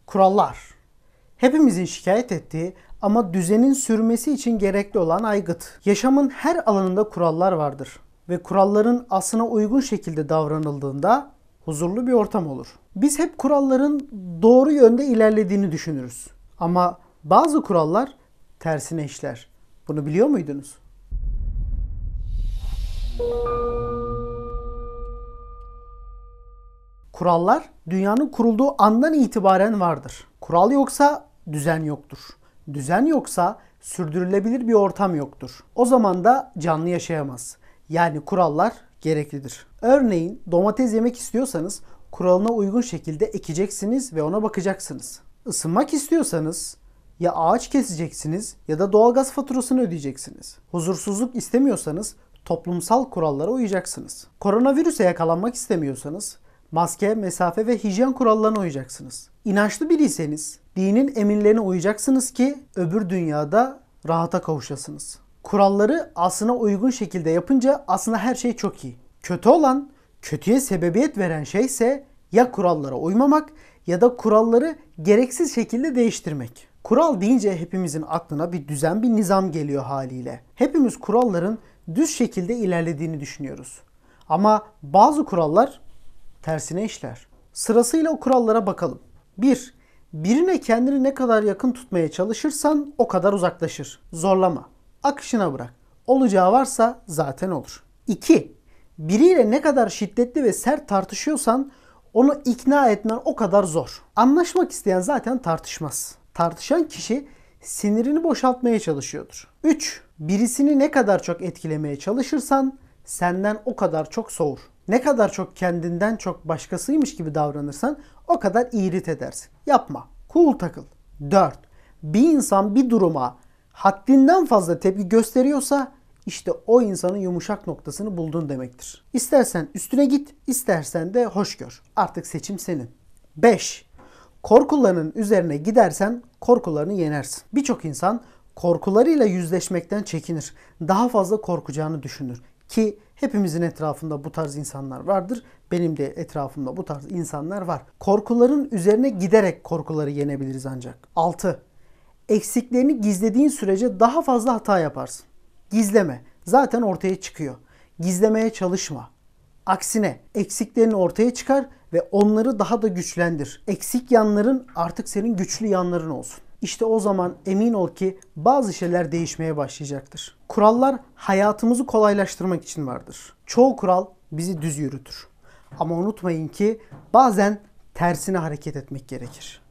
Kurallar. Hepimizin şikayet ettiği ama düzenin sürmesi için gerekli olan aygıt. Yaşamın her alanında kurallar vardır ve kuralların aslına uygun şekilde davranıldığında huzurlu bir ortam olur. Biz hep kuralların doğru yönde ilerlediğini düşünürüz. Ama bazı kurallar tersine işler. Bunu biliyor muydunuz? Kurallar dünyanın kurulduğu andan itibaren vardır. Kural yoksa düzen yoktur. Düzen yoksa sürdürülebilir bir ortam yoktur. O zaman da canlı yaşayamaz. Yani kurallar gereklidir. Örneğin domates yemek istiyorsanız kuralına uygun şekilde ekeceksiniz ve ona bakacaksınız. Isınmak istiyorsanız ya ağaç keseceksiniz ya da doğalgaz faturasını ödeyeceksiniz. Huzursuzluk istemiyorsanız toplumsal kurallara uyacaksınız. Koronavirüse yakalanmak istemiyorsanız maske, mesafe ve hijyen kurallarına uyacaksınız. İnançlı biriyseniz dinin emirlerine uyacaksınız ki öbür dünyada rahata kavuşasınız. Kuralları aslına uygun şekilde yapınca aslında her şey çok iyi. Kötü olan, kötüye sebebiyet veren şey ise ya kurallara uymamak ya da kuralları gereksiz şekilde değiştirmek. Kural deyince hepimizin aklına bir düzen, bir nizam geliyor haliyle. Hepimiz kuralların düz şekilde ilerlediğini düşünüyoruz. Ama bazı kurallar tersine işler. Sırasıyla o kurallara bakalım. 1. Birine kendini ne kadar yakın tutmaya çalışırsan o kadar uzaklaşır. Zorlama. Akışına bırak. Olacağı varsa zaten olur. 2. Biriyle ne kadar şiddetli ve sert tartışıyorsan onu ikna etmen o kadar zor. Anlaşmak isteyen zaten tartışmaz. Tartışan kişi sinirini boşaltmaya çalışıyordur. 3. Birisini ne kadar çok etkilemeye çalışırsan senden o kadar çok soğur. Ne kadar çok kendinden çok başkasıymış gibi davranırsan o kadar iğrit edersin. Yapma. Cool takıl. 4. Bir insan bir duruma haddinden fazla tepki gösteriyorsa işte o insanın yumuşak noktasını buldun demektir. İstersen üstüne git, istersen de hoş gör. Artık seçim senin. 5. Korkularının üzerine gidersen korkularını yenersin. Birçok insan korkularıyla yüzleşmekten çekinir. Daha fazla korkacağını düşünür. Ki hepimizin etrafında bu tarz insanlar vardır. Benim de etrafımda bu tarz insanlar var. Korkuların üzerine giderek korkuları yenebiliriz ancak. 6. Eksiklerini gizlediğin sürece daha fazla hata yaparsın. Gizleme. Zaten ortaya çıkıyor. Gizlemeye çalışma. Aksine eksiklerini ortaya çıkar ve onları daha da güçlendir. Eksik yanların artık senin güçlü yanların olsun. İşte o zaman emin ol ki bazı şeyler değişmeye başlayacaktır. Kurallar hayatımızı kolaylaştırmak için vardır. Çoğu kural bizi düz yürütür. Ama unutmayın ki bazen tersine hareket etmek gerekir.